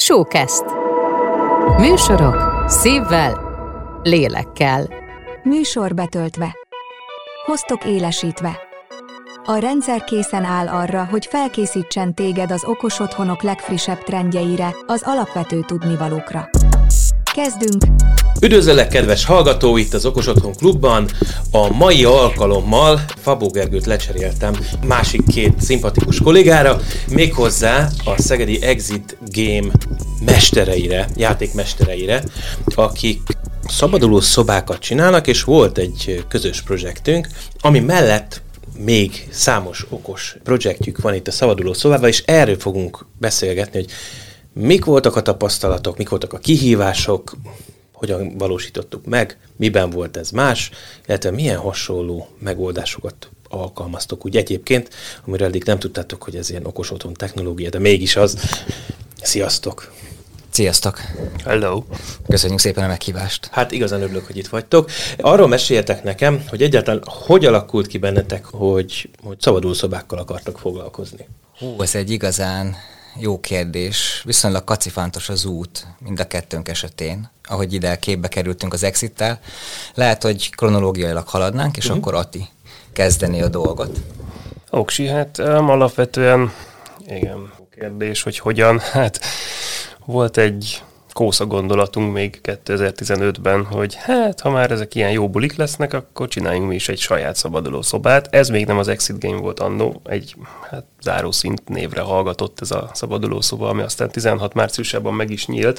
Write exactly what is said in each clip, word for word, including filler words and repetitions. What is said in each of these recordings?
Showcast. Műsorok szívvel, lélekkel. Műsor betöltve. Hoztok élesítve. A rendszer készen áll arra, hogy felkészítsen téged az okos otthonok legfrissebb trendjeire, az alapvető tudnivalókra. Kezdünk! Üdvözöllek, kedves hallgató, itt az Okos Otthon Klubban. A mai alkalommal Fabó Gergőt lecseréltem másik két szimpatikus kollégára, méghozzá a szegedi Exit Game mestereire, játékmestereire, akik szabaduló szobákat csinálnak, és volt egy közös projektünk, ami mellett még számos okos projektjük van itt a szabaduló szobában, és erről fogunk beszélgetni, hogy mik voltak a tapasztalatok, mik voltak a kihívások, hogyan valósítottuk meg, miben volt ez más, illetve milyen hasonló megoldásokat alkalmaztok úgy egyébként, amiről eddig nem tudtátok, hogy ez ilyen okos otthon technológia, de mégis az. Sziasztok! Sziasztok! Hello! Köszönjük szépen a meghívást! Hát igazán örülök, hogy itt vagytok. Arról meséljetek nekem, hogy egyáltalán hogy alakult ki bennetek, hogy, hogy szabaduló szobákkal akartok foglalkozni. Hú, ez egy igazán jó kérdés. Viszonylag kacifántos az út mind a kettőnk esetén, ahogy ide képbe kerültünk az Exittel. Lehet, hogy kronológiailag haladnánk, és uh-huh. akkor Ati kezdeni a dolgot. Oksi, hát um, alapvetően igen, kérdés, hogy hogyan. Hát volt egy kósza gondolatunk még kétezer-tizenötben, hogy hát, ha már ezek ilyen jó bulik lesznek, akkor csináljunk mi is egy saját szabaduló szobát. Ez még nem az Exit Game volt annó, egy hát, zárószint névre hallgatott ez a szabaduló szoba, ami aztán tizenhat márciusában meg is nyílt,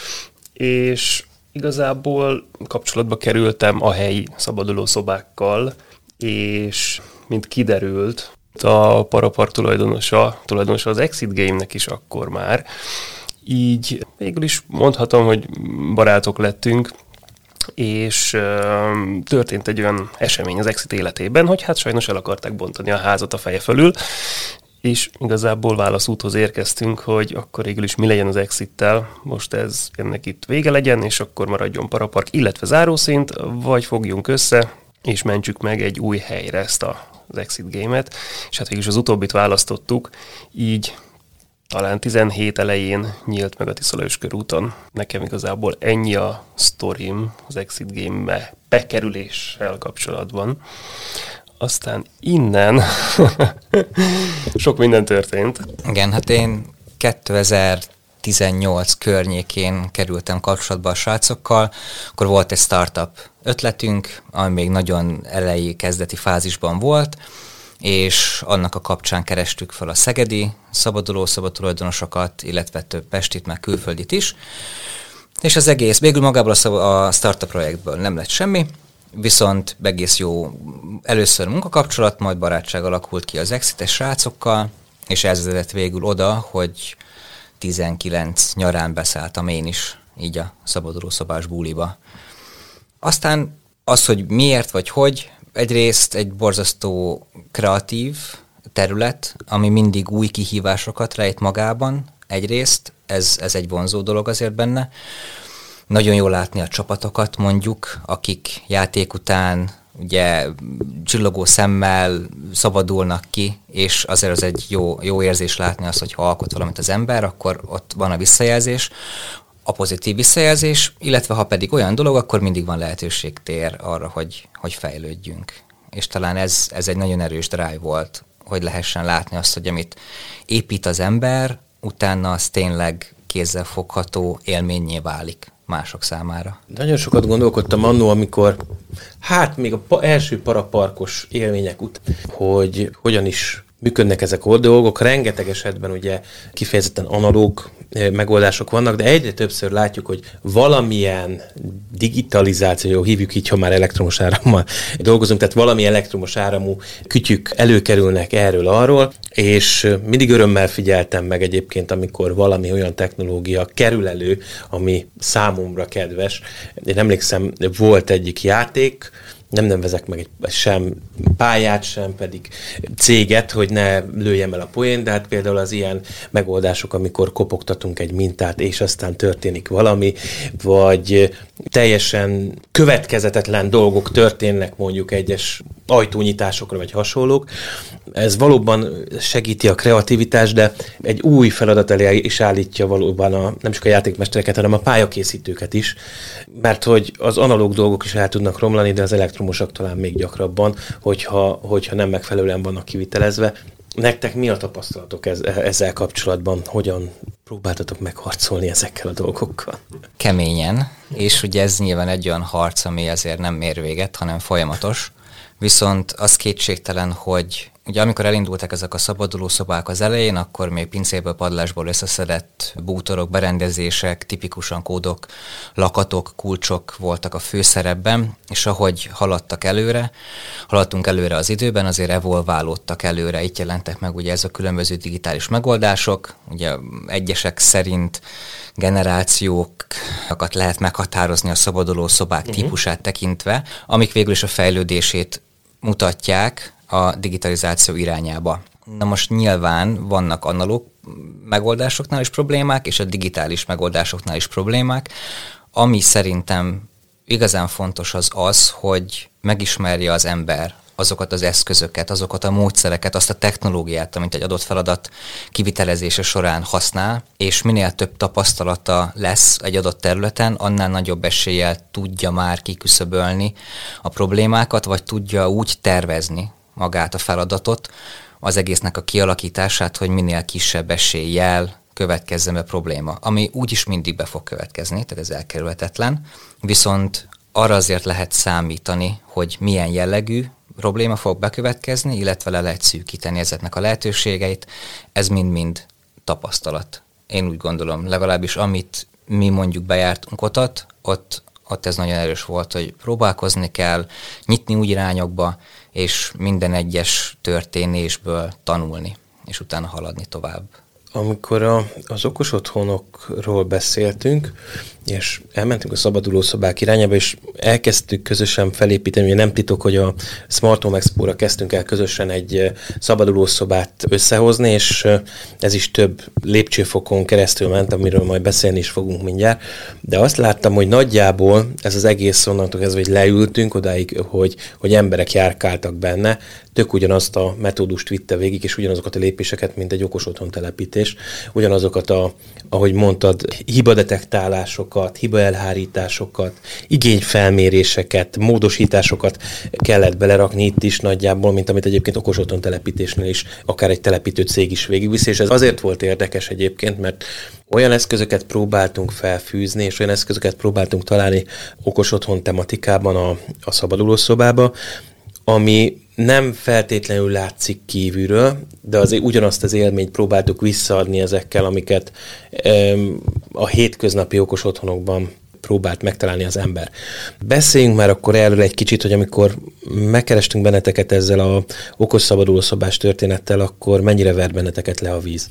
és igazából kapcsolatba kerültem a helyi szabaduló szobákkal, és mint kiderült, a Parapark tulajdonosa, tulajdonosa az Exit Game-nek is akkor már, így végül is mondhatom, hogy barátok lettünk, és ö, történt egy olyan esemény az Exit életében, hogy hát sajnos el akarták bontani a házat a feje fölül, és igazából válaszúthoz érkeztünk, hogy akkor végül is mi legyen az Exittel, most ez ennek itt vége legyen, és akkor maradjon Parapark, illetve zárószint, vagy fogjunk össze, és mentsük meg egy új helyre ezt a, az Exit Game-et, és hát végül is az utóbbit választottuk, így talán tizenhét elején nyílt meg a Tiszalajos körúton. Nekem igazából ennyi a sztorim az Exit Game-be bekerüléssel kapcsolatban. Aztán innen sok minden történt. Igen, hát én kétezer-tizennyolc környékén kerültem kapcsolatba a srácokkal, akkor volt egy startup ötletünk, ami még nagyon elejé kezdeti fázisban volt, és annak a kapcsán kerestük fel a szegedi szabaduló szobatulajdonosokat, illetve több pestit, meg külföldit is. És az egész, végül magából a, szab- a startup projektből nem lett semmi, viszont egész jó először munkakapcsolat, majd barátság alakult ki az Exites srácokkal, és ez vezetett végül oda, hogy tizenkilenc nyarán beszálltam én is így a szabaduló szobás buliba. Aztán az, hogy miért vagy hogy, egyrészt egy borzasztó kreatív terület, ami mindig új kihívásokat rejt magában. Egyrészt ez, ez egy vonzó dolog azért benne. Nagyon jó látni a csapatokat mondjuk, akik játék után ugye csillogó szemmel szabadulnak ki, és azért az egy jó, jó érzés látni azt, hogy ha alkot valamit az ember, akkor ott van a visszajelzés, a pozitív visszajelzés, illetve ha pedig olyan dolog, akkor mindig van lehetőségtér arra, hogy, hogy fejlődjünk. És talán ez, ez egy nagyon erős drive volt, hogy lehessen látni azt, hogy amit épít az ember, utána az tényleg kézzelfogható élménnyé válik mások számára. Nagyon sokat gondolkodtam annó, amikor, hát még a pa- első paraparkos élmények után, hogy hogyan is működnek ezek a dolgok. Rengeteg esetben ugye kifejezetten analóg megoldások vannak, de egyre többször látjuk, hogy valamilyen digitalizáció, hívjuk így, ha már elektromos árammal dolgozunk, tehát valami elektromos áramú kütyük előkerülnek erről-arról, és mindig örömmel figyeltem meg egyébként, amikor valami olyan technológia kerül elő, ami számomra kedves. Én emlékszem, volt egyik játék, nem nevezek meg egy, sem pályát, sem pedig céget, hogy ne lőjem el a poén, de hát például az ilyen megoldások, amikor kopogtatunk egy mintát, és aztán történik valami, vagy teljesen következetetlen dolgok történnek mondjuk egyes ajtónyitásokra vagy hasonlók. Ez valóban segíti a kreativitást, de egy új feladat elé is állítja valóban a, nem csak a játékmestereket, hanem a pályakészítőket is, mert hogy az analóg dolgok is el tudnak romlani, de az elektromosak talán még gyakrabban, hogyha, hogyha nem megfelelően vannak kivitelezve. Nektek mi a tapasztalatok ez, ezzel kapcsolatban? Hogyan próbáltatok megharcolni ezekkel a dolgokkal? Keményen, és ugye ez nyilván egy olyan harc, ami azért nem ér véget, hanem folyamatos. Viszont az kétségtelen, hogy ugye amikor elindultak ezek a szabaduló szobák az elején, akkor még pincéből, padlásból összeszedett bútorok, berendezések, tipikusan kódok, lakatok, kulcsok voltak a főszerepben, és ahogy haladtak előre, haladtunk előre az időben, azért evolválódtak előre, itt jelentek meg ugye ez a különböző digitális megoldások, ugye egyesek szerint generációkat lehet meghatározni a szabaduló szobák uh-huh. típusát tekintve, amik végül is a fejlődését mutatják a digitalizáció irányába. Na most nyilván vannak analóg megoldásoknál is problémák, és a digitális megoldásoknál is problémák. Ami szerintem igazán fontos az az, hogy megismerje az ember azokat az eszközöket, azokat a módszereket, azt a technológiát, amit egy adott feladat kivitelezése során használ, és minél több tapasztalata lesz egy adott területen, annál nagyobb eséllyel tudja már kiküszöbölni a problémákat, vagy tudja úgy tervezni magát a feladatot, az egésznek a kialakítását, hogy minél kisebb eséllyel következzen be probléma, ami úgyis mindig be fog következni, tehát ez elkerülhetetlen, viszont arra azért lehet számítani, hogy milyen jellegű probléma fog bekövetkezni, illetve le lehet szűkíteni ezeknek a lehetőségeit, ez mind-mind tapasztalat. Én úgy gondolom, legalábbis amit mi mondjuk bejártunk otat, ott, ott ez nagyon erős volt, hogy próbálkozni kell, nyitni úgy irányokba, és minden egyes történésből tanulni, és utána haladni tovább. Amikor a, az okos otthonokról beszéltünk, és elmentünk a szabaduló szobák irányába, és elkezdtük közösen felépíteni, ugye nem titok, hogy a Smart Home Expo-ra kezdtünk el közösen egy szabaduló szobát összehozni, és ez is több lépcsőfokon keresztül ment, amiről majd beszélni is fogunk mindjárt, de azt láttam, hogy nagyjából ez az egész onnantól kezdve, hogy leültünk odáig, hogy, hogy emberek járkáltak benne, tök ugyanazt a metódust vitte végig, és ugyanazokat a lépéseket, mint egy okos otthon telepítés, ugyanazokat a, ahogy mondtad, hibadetektálásokat, hibaelhárításokat, igényfelméréseket, módosításokat kellett belerakni itt is nagyjából, mint amit egyébként okos otthon telepítésnél is, akár egy telepítő cég is végigviszi, és ez azért volt érdekes egyébként, mert olyan eszközöket próbáltunk felfűzni, és olyan eszközöket próbáltunk találni okos otthon tematikában a, a szabaduló szobába, ami nem feltétlenül látszik kívülről, de azért ugyanazt az élményt próbáltuk visszaadni ezekkel, amiket um, a hétköznapi okos otthonokban próbált megtalálni az ember. Beszéljünk már akkor erről egy kicsit, hogy amikor megkerestünk benneteket ezzel a okos szabaduló szobás történettel, akkor mennyire vert benneteket le a víz?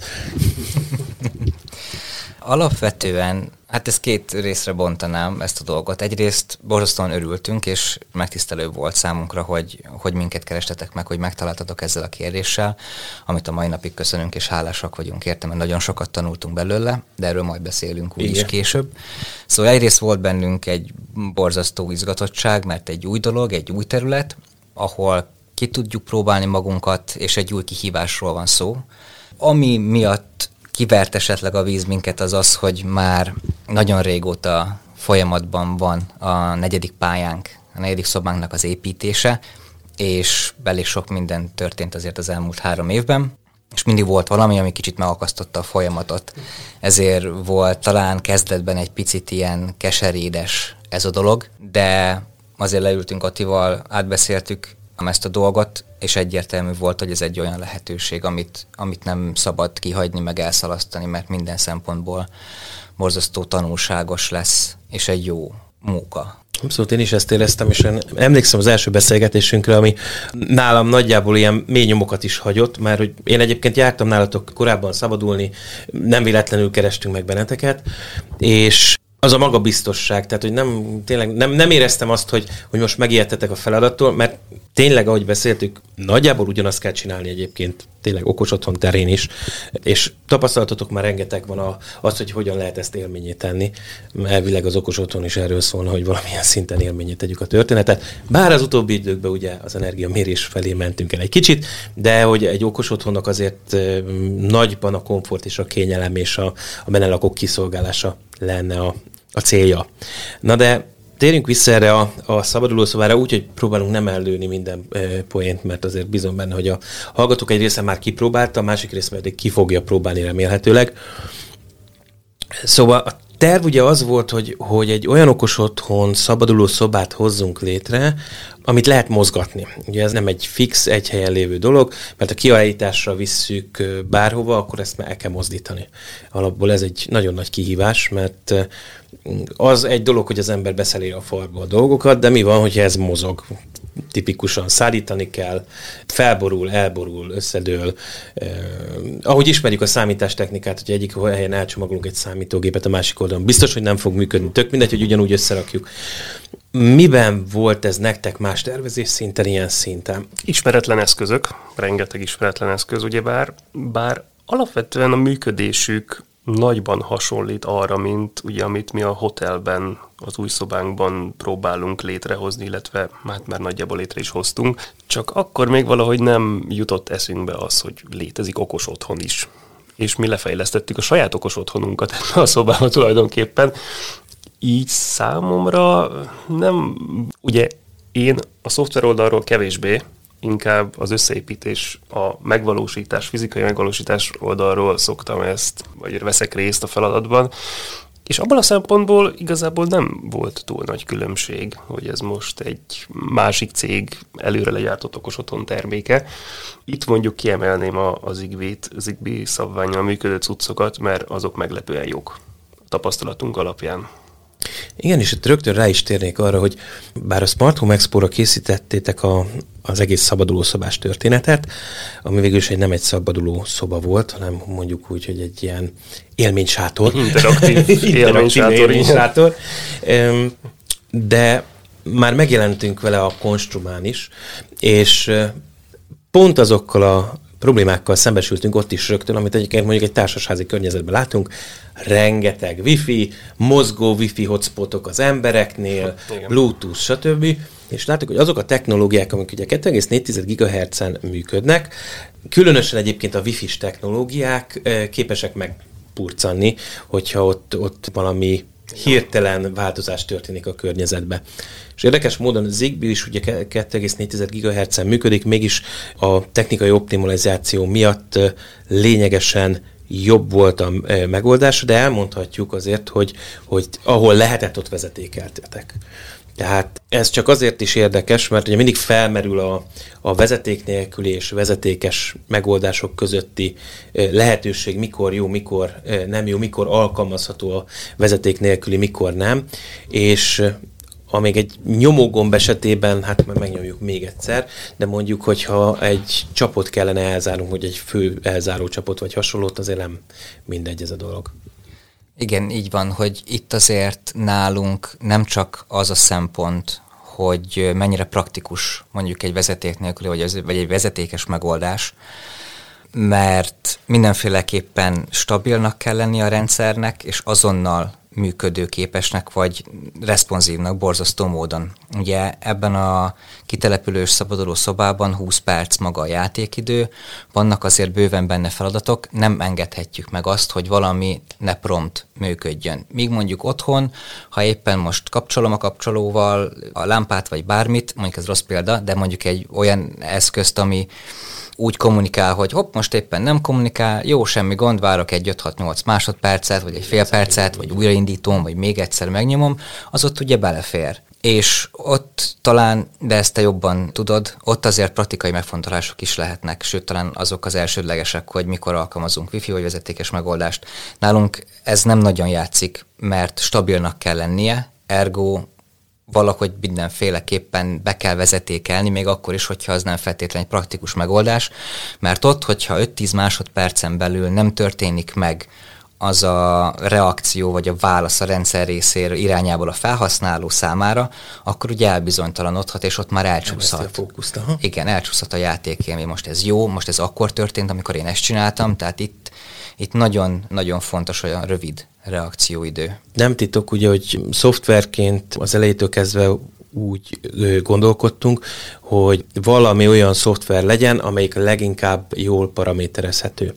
Alapvetően, hát ezt két részre bontanám ezt a dolgot. Egyrészt borzasztóan örültünk, és megtisztelő volt számunkra, hogy, hogy minket kerestetek meg, hogy megtaláltatok ezzel a kérdéssel, amit a mai napig köszönünk, és hálásak vagyunk érte, mert nagyon sokat tanultunk belőle, de erről majd beszélünk úgyis később. Szóval egyrészt volt bennünk egy borzasztó izgatottság, mert egy új dolog, egy új terület, ahol ki tudjuk próbálni magunkat, és egy új kihívásról van szó. Ami miatt kivert esetleg a víz minket az az, hogy már nagyon régóta folyamatban van a negyedik pályánk, a negyedik szobánknak az építése, és elég sok minden történt azért az elmúlt három évben, és mindig volt valami, ami kicsit megakasztotta a folyamatot. Ezért volt talán kezdetben egy picit ilyen keserédes ez a dolog, de azért leültünk Attival, átbeszéltük ezt a dolgot, és egyértelmű volt, hogy ez egy olyan lehetőség, amit, amit nem szabad kihagyni, meg elszalasztani, mert minden szempontból borzasztó tanulságos lesz, és egy jó munka. Abszolút, én is ezt éreztem, és emlékszem az első beszélgetésünkre, ami nálam nagyjából ilyen mély nyomokat is hagyott, mert hogy én egyébként jártam nálatok korábban szabadulni, nem véletlenül kerestünk meg benneteket, és az a magabiztosság, tehát hogy nem, tényleg nem, nem éreztem azt, hogy, hogy most megijedtetek a feladattól, mert tényleg, ahogy beszéltük, nagyjából ugyanazt kell csinálni egyébként, tényleg okos otthon terén is, és tapasztalatotok már rengeteg van a, az, hogy hogyan lehet ezt élményé tenni. Elvileg az okos otthon is erről szólna, hogy valamilyen szinten élményé tegyük a történetet. Bár az utóbbi időkben ugye az energiamérés felé mentünk el egy kicsit, de hogy egy okos otthonnak azért nagyban a komfort és a kényelem és a, a benne lakók kiszolgálása lenne a, a célja. Na de térjünk vissza erre a, a szabadulószobára úgy, hogy próbálunk nem ellőni minden e, poént, mert azért bízom benne, hogy a hallgatók egy része már kipróbálta, a másik része pedig ki fogja próbálni remélhetőleg. Szóval a terv ugye az volt, hogy, hogy egy olyan okos otthon szabaduló szobát hozzunk létre, amit lehet mozgatni. Ugye ez nem egy fix, egy helyen lévő dolog, mert ha kiállításra visszük bárhova, akkor ezt el kell mozdítani. Alapból ez egy nagyon nagy kihívás, mert az egy dolog, hogy az ember beszeli a falba a dolgokat, de mi van, hogyha ez mozog? Tipikusan szállítani kell, felborul, elborul, összedől. Eh, ahogy ismerjük a számítástechnikát, hogy egyik helyen elcsomagolunk egy számítógépet, a másik oldalon biztos, hogy nem fog működni. Tök mindegy, hogy ugyanúgy összerakjuk. Miben volt ez nektek más tervezés szinten, ilyen szinten? Ismeretlen eszközök, rengeteg ismeretlen eszköz, ugyebár, bár alapvetően a működésük nagyban hasonlít arra, mint ugye, amit mi a hotelben, az új szobánkban próbálunk létrehozni, illetve hát már nagyjából létre is hoztunk. Csak akkor még valahogy nem jutott eszünkbe az, hogy létezik okos otthon is. És mi lefejlesztettük a saját okos otthonunkat ebben a szobában tulajdonképpen. Így számomra nem, ugye én a szoftver oldalról kevésbé, inkább az összeépítés, a megvalósítás, fizikai megvalósítás oldalról szoktam ezt, vagy veszek részt a feladatban, és abban a szempontból igazából nem volt túl nagy különbség, hogy ez most egy másik cég előre legyártott okos otthon terméke. Itt mondjuk kiemelném a, a Zigbee-t, Zigbee szabvánnyal működő cuccokat, mert azok meglepően jók a tapasztalatunk alapján. Igen, és itt rögtön rá is térnék arra, hogy bár a Smart Home Expo-ra készítettétek a, az egész szabaduló szobás történetet, ami végül is egy, nem egy szabaduló szoba volt, hanem mondjuk úgy, hogy egy ilyen élménysátor. Interaktív élménysátor. élménysátor. De már megjelentünk vele a Konstrumán is, és pont azokkal a problémákkal szembesültünk ott is rögtön, amit egyébként mondjuk egy társasházi környezetben látunk, rengeteg wifi, mozgó wifi hotspotok az embereknél, igen. Bluetooth, stb. És látjuk, hogy azok a technológiák, amik ugye kettő egész négy gigahertzen működnek, különösen egyébként a wifi-s technológiák képesek megpurcanni, hogyha ott, ott valami hirtelen változás történik a környezetbe. És érdekes módon a Zigbee is ugye kettő egész négy gigahertzen működik, mégis a technikai optimalizáció miatt lényegesen jobb volt a megoldás, de elmondhatjuk azért, hogy, hogy ahol lehetett, ott vezetékeltetek. Tehát ez csak azért is érdekes, mert ugye mindig felmerül a, a vezeték nélküli és vezetékes megoldások közötti lehetőség, mikor jó, mikor nem jó, mikor alkalmazható a vezeték nélküli, mikor nem, és amíg egy nyomógomb esetében, hát már megnyomjuk még egyszer, de mondjuk, hogyha egy csapot kellene elzárnunk, hogy egy fő elzáró csapot vagy hasonlót, azért nem mindegy ez a dolog. Igen, így van, hogy itt azért nálunk nem csak az a szempont, hogy mennyire praktikus mondjuk egy vezeték nélküli, vagy, vagy egy vezetékes megoldás, mert mindenféleképpen stabilnak kell lenni a rendszernek, és azonnal működőképesnek, vagy responsívnak borzasztó módon. Ugye ebben a kitelepülős szabaduló szobában húsz perc maga a játékidő, vannak azért bőven benne feladatok, nem engedhetjük meg azt, hogy valami ne prompt működjön. Míg mondjuk otthon, ha éppen most kapcsolom a kapcsolóval a lámpát, vagy bármit, mondjuk ez rossz példa, de mondjuk egy olyan eszközt, ami úgy kommunikál, hogy hopp, most éppen nem kommunikál, jó, semmi gond, várok egy öt-hat-nyolc másodpercet, vagy egy fél percet, vagy újraindítom, vagy még egyszer megnyomom, az ott ugye belefér. És ott talán, de ezt te jobban tudod, ott azért praktikai megfontolások is lehetnek, sőt talán azok az elsődlegesek, hogy mikor alkalmazunk wifi vagy vezetékes megoldást. Nálunk ez nem nagyon játszik, mert stabilnak kell lennie, ergo valahogy mindenféleképpen be kell vezetékelni, még akkor is, hogyha az nem feltétlenül egy praktikus megoldás, mert ott, hogyha öt-tíz másodpercen belül nem történik meg az a reakció vagy a válasz a rendszer részéről irányából a felhasználó számára, akkor ugye elbizonytalanodhat, és ott már elcsúszhat. Fókuszt, Igen, elcsúszhat a játékélmény. Most ez jó, most ez akkor történt, amikor én ezt csináltam, tehát itt, itt nagyon-nagyon fontos olyan rövid reakcióidő. Nem titok ugye, hogy szoftverként az elejétől kezdve úgy gondolkodtunk, hogy valami olyan szoftver legyen, amelyik leginkább jól paraméterezhető.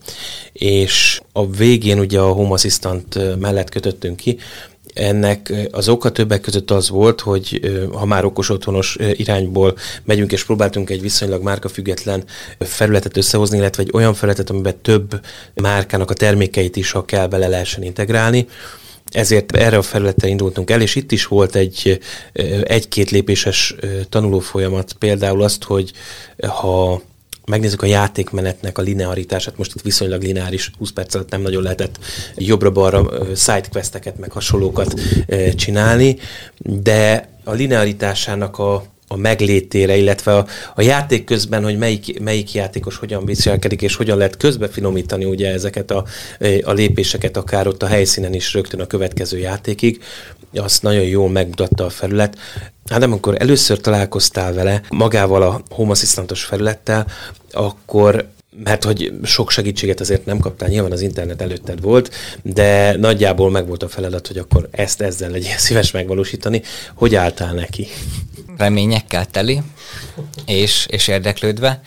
És a végén ugye a Home Assistant mellett kötöttünk ki. Ennek az oka többek között az volt, hogy ha már okos otthonos irányból megyünk, és próbáltunk egy viszonylag márkafüggetlen felületet összehozni, illetve egy olyan felületet, amiben több márkának a termékeit is, ha kell, bele lehessen integrálni. Ezért erre a felületre indultunk el, és itt is volt egy egy-két lépéses tanulófolyamat, például azt, hogy ha megnézzük a játékmenetnek a linearitását, most itt viszonylag lineáris, húsz perc alatt nem nagyon lehetett jobbra-balra sidequesteket, meg hasonlókat csinálni, de a linearitásának a a meglétére, illetve a, a játék közben, hogy melyik, melyik játékos hogyan viselkedik, és hogyan lehet közbefinomítani ugye ezeket a, a lépéseket, akár ott a helyszínen is rögtön a következő játékig, azt nagyon jól megmutatta a felület. Hát amikor először találkoztál vele, magával a Home Assistantos felülettel, akkor, mert hogy sok segítséget azért nem kaptál, nyilván az internet előtted volt, de nagyjából megvolt a feladat, hogy akkor ezt ezzel legyél szíves megvalósítani. Hogy álltál neki? Reményekkel teli, és, és érdeklődve,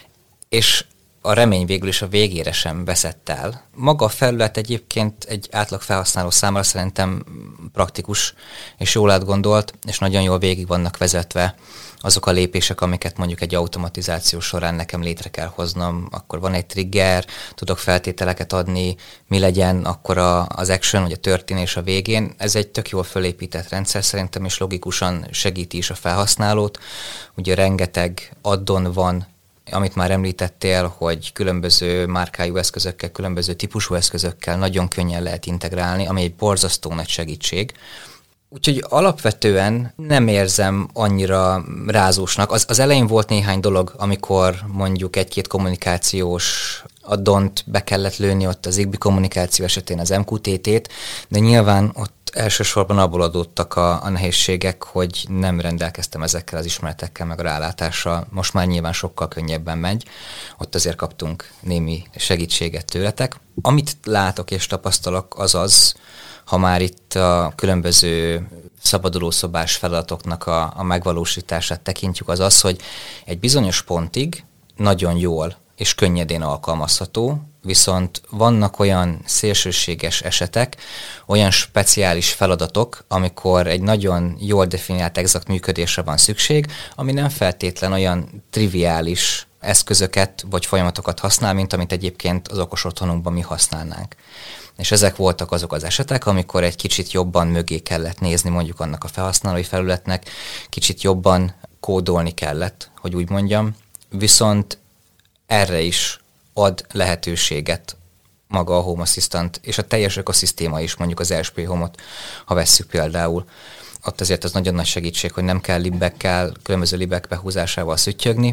és a remény végül is a végére sem veszett el. Maga a felület egyébként egy átlag felhasználó számára szerintem praktikus, és jól átgondolt, és nagyon jól végig vannak vezetve azok a lépések, amiket mondjuk egy automatizáció során nekem létre kell hoznom. Akkor van egy trigger, tudok feltételeket adni, mi legyen akkor a, az action, vagy a történés a végén. Ez egy tök jól fölépített rendszer szerintem, és logikusan segíti is a felhasználót. Ugye rengeteg addon van, amit már említettél, hogy különböző márkájú eszközökkel, különböző típusú eszközökkel nagyon könnyen lehet integrálni, ami egy borzasztó nagy segítség. Úgyhogy alapvetően nem érzem annyira rázósnak. Az, az elején volt néhány dolog, amikor mondjuk egy-két kommunikációs addont be kellett lőni, ott az Zigbee kommunikáció esetén az em kú té té-t, de nyilván ott elsősorban abból adódtak a, a nehézségek, hogy nem rendelkeztem ezekkel az ismeretekkel, meg a rálátással. Most már nyilván sokkal könnyebben megy. Ott azért kaptunk némi segítséget tőletek. Amit látok és tapasztalok, az az, ha már itt a különböző szabadulószobás feladatoknak a, a megvalósítását tekintjük, az az, hogy egy bizonyos pontig nagyon jól és könnyedén alkalmazható, viszont vannak olyan szélsőséges esetek, olyan speciális feladatok, amikor egy nagyon jól definiált exakt működésre van szükség, ami nem feltétlen olyan triviális eszközöket vagy folyamatokat használ, mint amit egyébként az okos otthonunkban mi használnánk. És ezek voltak azok az esetek, amikor egy kicsit jobban mögé kellett nézni mondjuk annak a felhasználói felületnek, kicsit jobban kódolni kellett, hogy úgy mondjam, viszont erre is ad lehetőséget maga a Home Assistant, és a teljes ökoszisztéma is, mondjuk az er es pé Home-ot, ha vesszük például. Ott azért az nagyon nagy segítség, hogy nem kell libekkel, különböző libek behúzásával szüttyögni,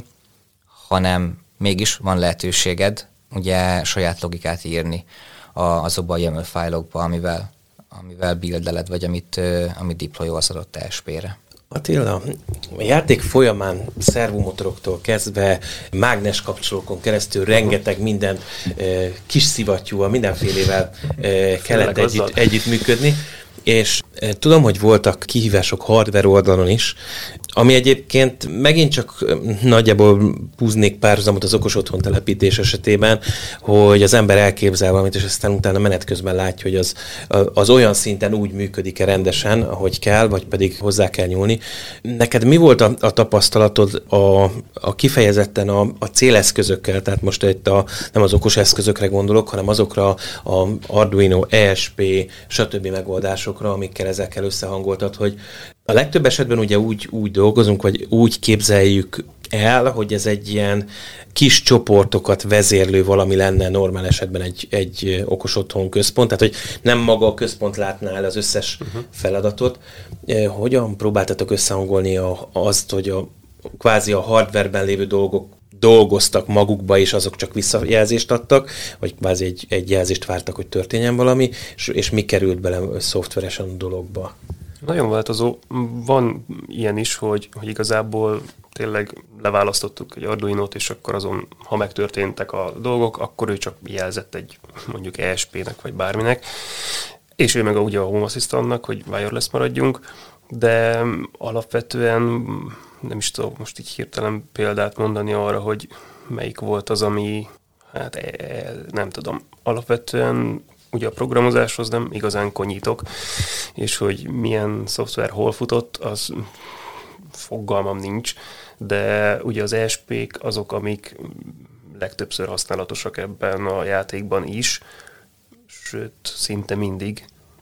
hanem mégis van lehetőséged ugye saját logikát írni azokba a YAML fájlokba, amivel, amivel buildeled, vagy amit, amit deployol az adott er es pére. Attila, a játék folyamán szervomotoroktól kezdve mágnes kapcsolókon keresztül rengeteg minden e, kis szivattyúval, mindenfélével e, kellett együtt, együttműködni, és e, tudom, hogy voltak kihívások hardware oldalon is, ami egyébként megint csak nagyjából húznék párhuzamot az okos otthon telepítés esetében, hogy az ember elképzel valamit, és aztán utána menet közben látja, hogy az, az olyan szinten úgy működik-e rendesen, ahogy kell, vagy pedig hozzá kell nyúlni. Neked mi volt a, a tapasztalatod a, a kifejezetten a, a céleszközökkel, tehát most itt a, nem az okos eszközökre gondolok, hanem azokra a Arduino, é es pé, stb. Megoldásokra, amikkel ezekkel összehangoltad, hogy a legtöbb esetben ugye úgy, úgy dolgozunk, vagy úgy képzeljük el, hogy ez egy ilyen kis csoportokat vezérlő valami lenne normál esetben egy, egy okos otthon központ, tehát hogy nem maga a központ látná el az összes uh-huh. feladatot. Hogyan próbáltatok összehangolni a, azt, hogy a kvázi a hardwareben lévő dolgok dolgoztak magukba, és azok csak visszajelzést adtak, vagy kvázi egy, egy jelzést vártak, hogy történjen valami, és, és mi került bele szoftveresen a dologba? Nagyon változó. Van ilyen is, hogy, hogy igazából tényleg leválasztottuk egy Arduinót, és akkor azon, ha megtörténtek a dolgok, akkor ő csak jelzett egy mondjuk E S P-nek, vagy bárminek, és ő meg a, ugye a Home Assistantnak, hogy wireless maradjunk, de alapvetően nem is tudom most így hirtelen példát mondani arra, hogy melyik volt az, ami, hát nem tudom, alapvetően ugye a programozáshoz nem igazán konyítok, és hogy milyen szoftver hol futott, az fogalmam nincs, de ugye az E S P-k azok, amik legtöbbször használatosak ebben a játékban is, sőt, szinte mindig.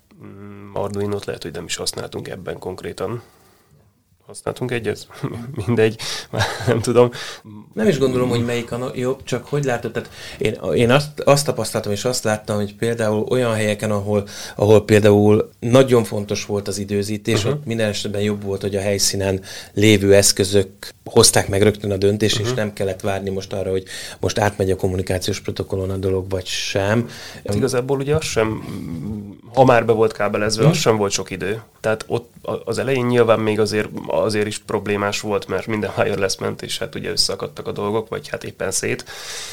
Arduinót lehet, hogy nem is használtunk ebben konkrétan. Használtunk egyet? Mindegy, már nem tudom. Nem is gondolom, hogy melyik a jobb, csak hogy látod? Tehát én, én azt, azt tapasztaltam, és azt láttam, hogy például olyan helyeken, ahol, ahol például nagyon fontos volt az időzítés, uh-huh. ott minden esetben jobb volt, hogy a helyszínen lévő eszközök hozták meg rögtön a döntést, uh-huh. és nem kellett várni most arra, hogy most átmegy a kommunikációs protokollon a dolog, vagy sem. Hát igazából ugye az sem, ha már be volt kábelezve, uh-huh. az sem volt sok idő. Tehát ott az elején nyilván még azért azért is problémás volt, mert minden wireless ment, és hát ugye összeakadtak a dolgok, vagy hát éppen szét,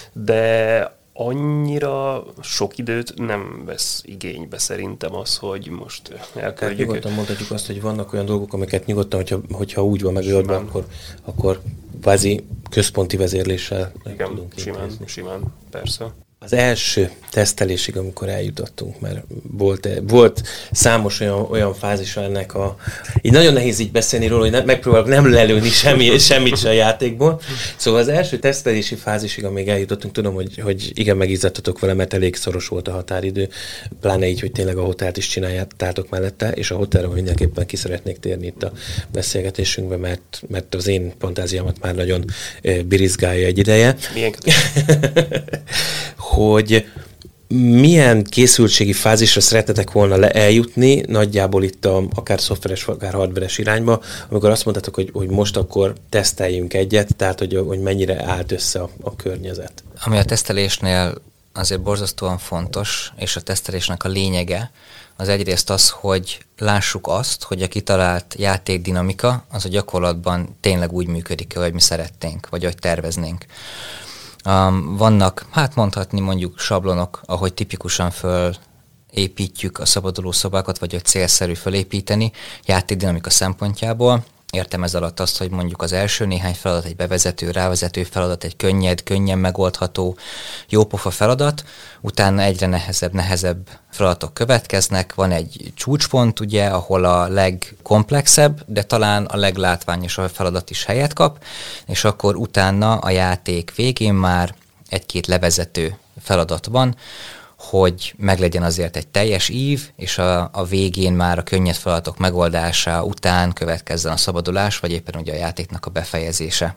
de annyira sok időt nem vesz igénybe szerintem az, hogy most elküldjük. Tehát nyugodtan mondhatjuk azt, hogy vannak olyan dolgok, amiket nyugodtan, hogyha, hogyha úgy van megoldva, akkor, akkor kvázi központi vezérléssel igen, tudunk simán, intézni. simán, persze. Az első tesztelésig, amikor eljutottunk, mert volt, volt számos olyan, olyan fázisa ennek a... Így nagyon nehéz így beszélni róla, hogy ne, megpróbálok nem lelőni semmi, semmit se a játékból. Szóval az első tesztelési fázisig, amíg eljutottunk, tudom, hogy, hogy igen, megizzadtatok vele, mert elég szoros volt a határidő, pláne így, hogy tényleg a hotelt is csináljátok mellette, és a hotelről mindenképpen ki szeretnék térni itt a beszélgetésünkbe, mert, mert az én fantáziámat már nagyon birizgálja egy ideje. Milyen? hogy milyen készültségi fázisra szeretetek volna le eljutni, nagyjából itt a, akár szoftveres, akár hardveres irányba, amikor azt mondtátok, hogy, hogy most akkor teszteljünk egyet, tehát hogy, hogy mennyire állt össze a, a környezet. Ami a tesztelésnél azért borzasztóan fontos, és a tesztelésnek a lényege, az egyrészt az, hogy lássuk azt, hogy a kitalált játékdinamika az a gyakorlatban tényleg úgy működik, ahogy mi szeretnénk, vagy ahogy terveznénk. Um, vannak, hát mondhatni mondjuk sablonok, ahogy tipikusan fölépítjük a szabaduló szobákat, vagy hogy célszerű fölépíteni játékdinamika szempontjából. Értem ez alatt azt, hogy mondjuk az első néhány feladat egy bevezető, rávezető feladat, egy könnyed, könnyen megoldható, jópofa feladat, utána egyre nehezebb, nehezebb feladatok következnek, van egy csúcspont, ugye, ahol a legkomplexebb, de talán a leglátványosabb feladat is helyet kap, és akkor utána a játék végén már egy-két levezető feladat van, hogy meglegyen azért egy teljes ív, és a, a végén már a könnyed feladatok megoldása után következzen a szabadulás, vagy éppen ugye a játéknak a befejezése.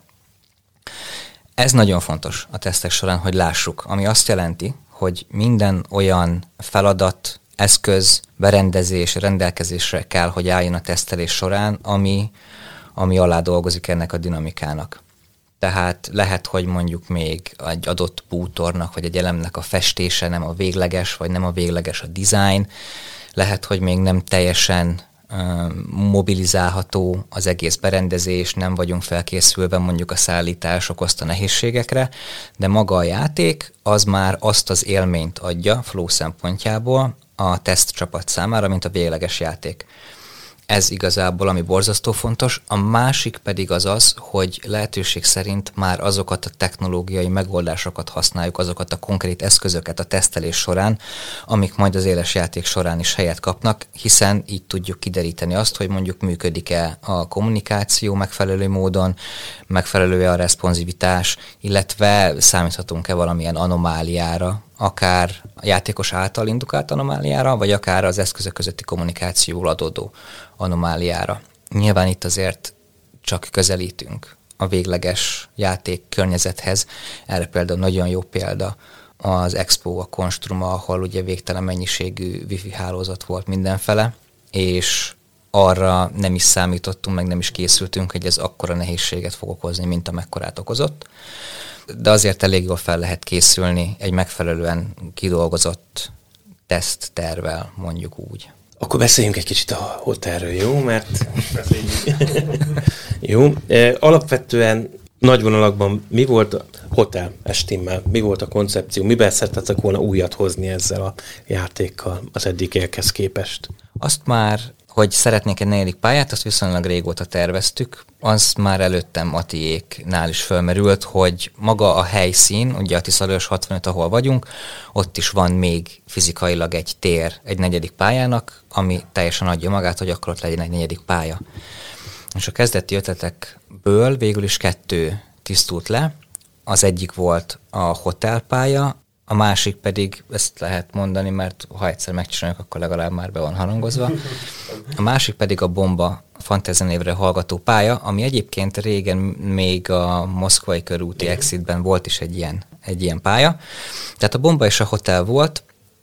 Ez nagyon fontos a tesztek során, hogy lássuk, ami azt jelenti, hogy minden olyan feladat, eszköz, berendezés, rendelkezésre kell, hogy álljon a tesztelés során, ami, ami alá dolgozik ennek a dinamikának. Tehát lehet, hogy mondjuk még egy adott bútornak, vagy egy elemnek a festése nem a végleges, vagy nem a végleges a design. Lehet, hogy még nem teljesen uh, mobilizálható az egész berendezés, nem vagyunk felkészülve mondjuk a szállítás okozta nehézségekre, de maga a játék az már azt az élményt adja flow szempontjából a tesztcsapat számára, mint a végleges játék. Ez igazából, ami borzasztó fontos. A másik pedig az az, hogy lehetőség szerint már azokat a technológiai megoldásokat használjuk, azokat a konkrét eszközöket a tesztelés során, amik majd az éles játék során is helyet kapnak, hiszen így tudjuk kideríteni azt, hogy mondjuk működik-e a kommunikáció megfelelő módon, megfelelő a responsivitás, illetve számíthatunk-e valamilyen anomáliára, akár a játékos által indukált anomáliára, vagy akár az eszközök közötti kommunikációból adódó anomáliára. Nyilván itt azért csak közelítünk a végleges játék környezethez. Erre például nagyon jó példa az Expo, a Konstruma, ahol ugye végtelen mennyiségű wifi hálózat volt mindenfele, és arra nem is számítottunk, meg nem is készültünk, hogy ez akkora nehézséget fog okozni, mint amekkorát okozott. De azért elég jól fel lehet készülni egy megfelelően kidolgozott teszttervvel, mondjuk úgy. Akkor beszéljünk egy kicsit a hotelről, jó? Mert jó. Alapvetően nagy vonalakban mi volt a hotel estimmel? Mi volt a koncepció? Miben szerettek volna újat hozni ezzel a játékkal az eddigiekhez képest? Azt már, hogy szeretnék egy negyedik pályát, azt viszonylag régóta terveztük. Az már előttem Matiéknál is fölmerült, hogy maga a helyszín, ugye a Tiszalős hatvanöt, ahol vagyunk, ott is van még fizikailag egy tér egy negyedik pályának, ami teljesen adja magát, hogy akkor ott legyen egy negyedik pálya. És a kezdeti ötletekből végül is kettő tisztult le. Az egyik volt a hotelpálya, a másik pedig, ezt lehet mondani, mert ha egyszer megcsináljuk, akkor legalább már be van harangozva. A másik pedig a Bomba Fantasia névre hallgató pálya, ami egyébként régen még a Moszkvai körúti Exitben volt is egy ilyen, egy ilyen pálya. Tehát a Bomba és a hotel volt,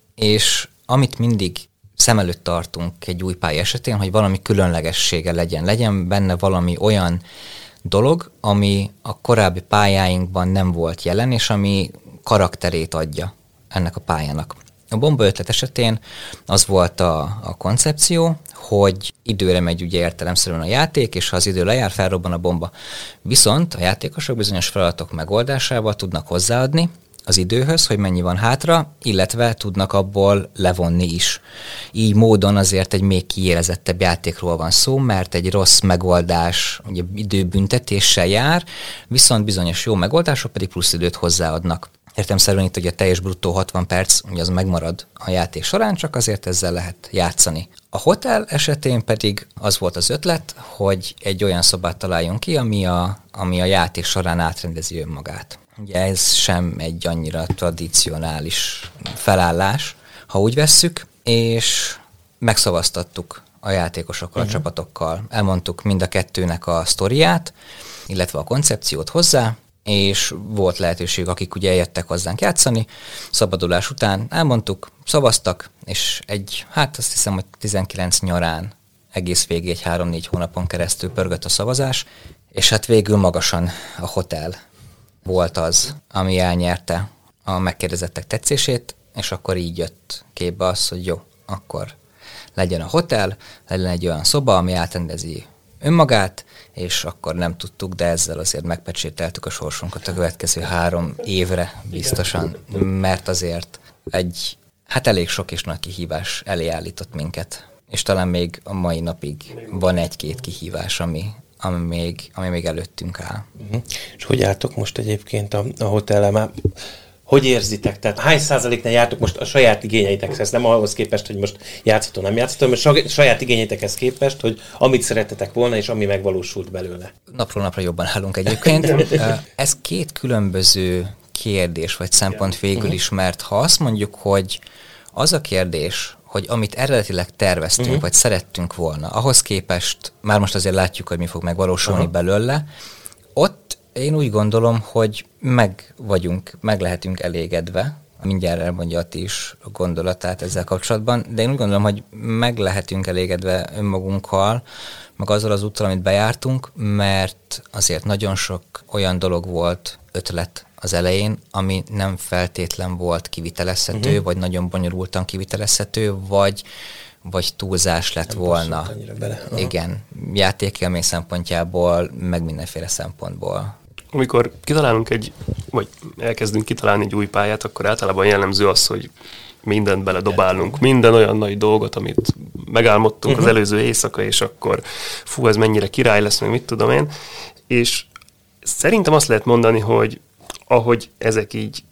és amit mindig szem előtt tartunk egy új pálya esetén, hogy valami különlegessége legyen. Legyen benne valami olyan dolog, ami a korábbi pályáinkban nem volt jelen, és ami karakterét adja ennek a pályának. A Bomba ötlet esetén az volt a, a koncepció, hogy időre megy ugye értelemszerűen a játék, és ha az idő lejár, felrobban a bomba. Viszont a játékosok bizonyos feladatok megoldásával tudnak hozzáadni az időhöz, hogy mennyi van hátra, illetve tudnak abból levonni is. Így módon azért egy még kiélezettebb játékról van szó, mert egy rossz megoldás ugye időbüntetéssel jár, viszont bizonyos jó megoldások pedig plusz időt hozzáadnak. Értelemszerűen itt ugye a teljes bruttó hatvan perc, ugye az megmarad a játék során, csak azért ezzel lehet játszani. A hotel esetén pedig az volt az ötlet, hogy egy olyan szobát találjunk ki, ami a, ami a játék során átrendezi önmagát. Ugye ez sem egy annyira tradicionális felállás, ha úgy vesszük, és megszavaztattuk a játékosokkal, uh-huh. a csapatokkal. Elmondtuk mind a kettőnek a sztoriát, illetve a koncepciót hozzá, és volt lehetőség, akik ugye eljöttek hozzánk játszani, szabadulás után elmondtuk, szavaztak, és egy, hát azt hiszem, hogy tizenkilenc nyarán egész végig egy három-négy hónapon keresztül pörgött a szavazás, és hát végül magasan a hotel volt az, ami elnyerte a megkérdezettek tetszését, és akkor így jött képbe az, hogy jó, akkor legyen a hotel, legyen egy olyan szoba, ami átrendezi önmagát, és akkor nem tudtuk, de ezzel azért megpecsételtük a sorsunkat a következő három évre biztosan, mert azért egy, hát elég sok és nagy kihívás elé állított minket. És talán még a mai napig van egy-két kihívás, ami, ami, még, ami még előttünk áll. Uh-huh. És hogy álltok most egyébként a, a hotellel? Hogy érzitek? Tehát hány százaléknál jártok most a saját igényeitekhez? Nem ahhoz képest, hogy most játszható, nem játszható, mert saját igényeitekhez képest, hogy amit szerettetek volna, és ami megvalósult belőle. Napról napra jobban állunk egyébként. Ez két különböző kérdés, vagy szempont végül is, mert ha azt mondjuk, hogy az a kérdés, hogy amit eredetileg terveztünk, uh-huh. vagy szerettünk volna, ahhoz képest, már most azért látjuk, hogy mi fog megvalósulni uh-huh. belőle, ott én úgy gondolom, hogy meg vagyunk, meg lehetünk elégedve. Mindjárt elmondja Ati is a gondolatát ezzel kapcsolatban, de én úgy gondolom, hogy meg lehetünk elégedve önmagunkkal, meg azzal az úttal, amit bejártunk, mert azért nagyon sok olyan dolog volt, ötlet az elején, ami nem feltétlen volt kivitelezhető, uh-huh. vagy nagyon bonyolultan kivitelezhető, vagy vagy túlzás lett nem volna. Igen, játékélmény szempontjából, meg mindenféle szempontból. Amikor kitalálunk egy, vagy elkezdünk kitalálni egy új pályát, akkor általában jellemző az, hogy mindent beledobálunk, minden olyan nagy dolgot, amit megálmodtunk uh-huh. az előző éjszaka, és akkor fú, ez mennyire király lesz, meg mit tudom én. És szerintem azt lehet mondani, hogy ahogy ezek így,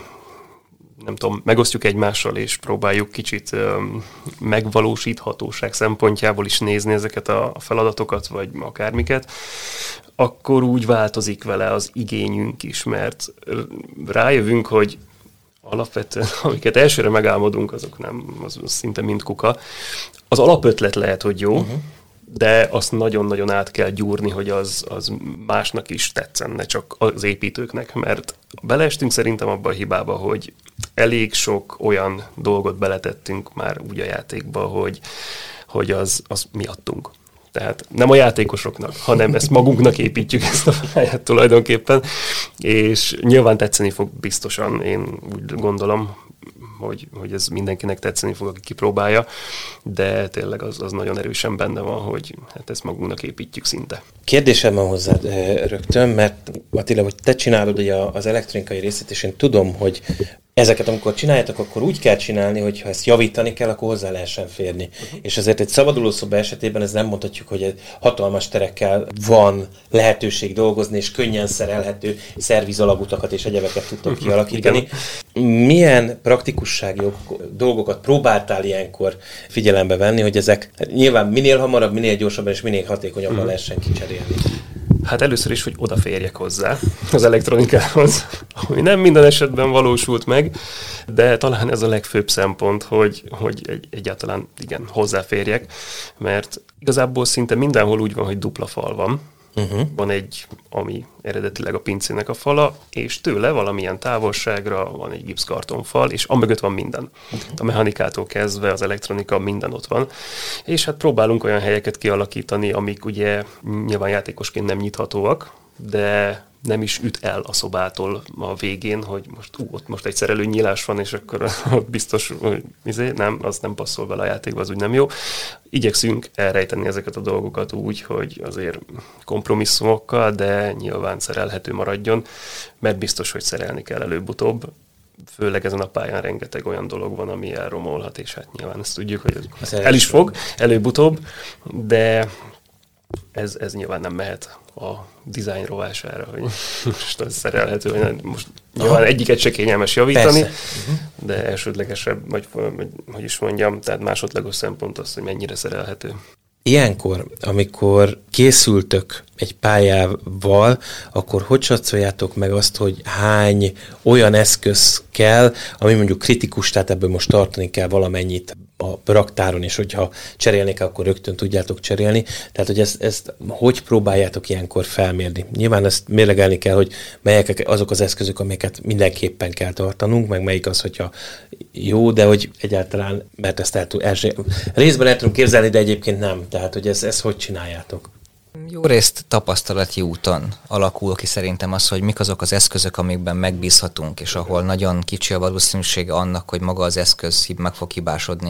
nem tudom, megosztjuk egymással, és próbáljuk kicsit um, megvalósíthatóság szempontjából is nézni ezeket a feladatokat, vagy akármiket, akkor úgy változik vele az igényünk is, mert rájövünk, hogy alapvetően, amiket elsőre megálmodunk, azok nem, az szinte mind kuka. Az alapötlet lehet, hogy jó, uh-huh. de azt nagyon-nagyon át kell gyúrni, hogy az, az másnak is tetszen, ne csak az építőknek, mert beleestünk szerintem abba a hibába, hogy elég sok olyan dolgot beletettünk már úgy a játékba, hogy hogy az, az miattunk. Tehát nem a játékosoknak, hanem ezt magunknak építjük ezt a pályát tulajdonképpen, és nyilván tetszeni fog biztosan, én úgy gondolom, hogy, hogy ez mindenkinek tetszeni fog, aki kipróbálja, de tényleg az, az nagyon erősen benne van, hogy hát ezt magunknak építjük szinte. Kérdésem van hozzád rögtön, mert Attila, hogy te csinálod ugye az elektronikai részét, és én tudom, hogy ezeket, amikor csináljátok, akkor úgy kell csinálni, hogy ha ezt javítani kell, akkor hozzá lehessen férni. Uh-huh. És ezért egy szabadulószoba esetében ez nem mondhatjuk, hogy egy hatalmas terekkel van lehetőség dolgozni, és könnyen szerelhető szervizalagutakat és egyebeket tudtok uh-huh. kialakítani. Milyen praktikussági dolgokat próbáltál ilyenkor figyelembe venni, hogy ezek nyilván minél hamarabb, minél gyorsabban és minél hatékonyabban uh-huh. lehessen kicserélni? Hát először is, hogy odaférjek hozzá az elektronikához, ami nem minden esetben valósult meg, de talán ez a legfőbb szempont, hogy, hogy egy, egyáltalán igen, hozzáférjek, mert igazából szinte mindenhol úgy van, hogy dupla fal van. Uh-huh. Van egy, ami eredetileg a pincének a fala, és tőle valamilyen távolságra van egy gipszkartonfal, és amögött van minden. Uh-huh. A mechanikától kezdve az elektronika, minden ott van. És hát próbálunk olyan helyeket kialakítani, amik ugye nyilván játékosként nem nyithatóak, de nem is üt el a szobától a végén, hogy most ú, ott most egy szerelőnyílás van, és akkor biztos, hogy izé, nem, az nem passzol bele a játékba, az úgy nem jó. Igyekszünk elrejteni ezeket a dolgokat úgy, hogy azért kompromisszumokkal, de nyilván szerelhető maradjon, mert biztos, hogy szerelni kell előbb-utóbb. Főleg ezen a pályán rengeteg olyan dolog van, ami elromolhat, és hát nyilván ezt tudjuk, hogy ez el is fog előbb-utóbb, de ez, ez nyilván nem mehet a dizájn rovására, hogy most ez szerelhető, vagy nem. Most nyilván egyiket se kényelmes javítani, uh-huh. de elsődlegesebb, vagy hogy is mondjam, tehát másodlagos szempont az, hogy mennyire szerelhető. Ilyenkor, amikor készültök egy pályával, akkor hogy satszoljátok meg azt, hogy hány olyan eszköz kell, ami mondjuk kritikus, tehát ebből most tartani kell valamennyit a raktáron, és hogyha cserélni kell, akkor rögtön tudjátok cserélni. Tehát, hogy ezt, ezt hogy próbáljátok ilyenkor felmérni? Nyilván ezt mérlegelni kell, hogy melyek azok az eszközök, amiket mindenképpen kell tartanunk, meg melyik az, hogyha jó, de hogy egyáltalán, mert ezt el, el, részben el tudom képzelni, de egyébként nem. Tehát, hogy ezt, ezt hogy csináljátok? Jó részt tapasztalati úton alakul ki szerintem az, hogy mik azok az eszközök, amikben megbízhatunk, és ahol nagyon kicsi a valószínűsége annak, hogy maga az eszköz meg fog hibásodni.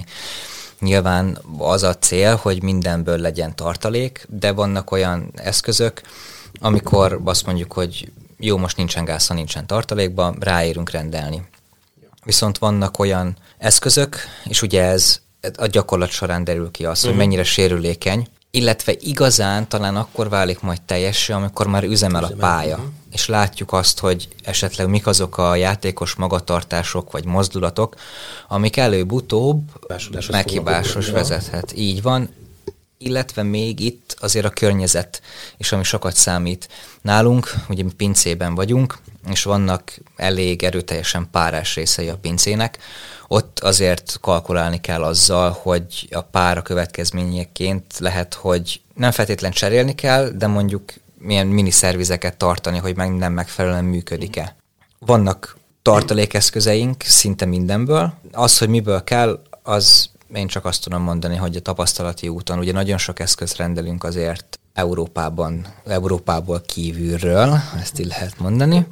Nyilván az a cél, hogy mindenből legyen tartalék, de vannak olyan eszközök, amikor azt mondjuk, hogy jó, most nincsen gáz, ha nincsen tartalékban, ráérünk rendelni. Viszont vannak olyan eszközök, és ugye ez a gyakorlat során derül ki az, hogy mennyire sérülékeny, illetve igazán talán akkor válik majd teljessé, amikor már üzemel a pálya, és látjuk azt, hogy esetleg mik azok a játékos magatartások vagy mozdulatok, amik előbb-utóbb meghibáshoz vezethet. Így van, illetve még itt azért a környezet is, ami sokat számít. Nálunk, ugye mi pincében vagyunk, és vannak elég erőteljesen párás részei a pincének, ott azért kalkulálni kell azzal, hogy a pára következményeként lehet, hogy nem feltétlen cserélni kell, de mondjuk milyen miniszervizeket tartani, hogy meg nem megfelelően működik-e. Vannak tartalékeszközeink szinte mindenből. Az, hogy miből kell, az én csak azt tudom mondani, hogy a tapasztalati úton, ugye nagyon sok eszközt rendelünk azért Európában, Európából kívülről, ezt így lehet mondani,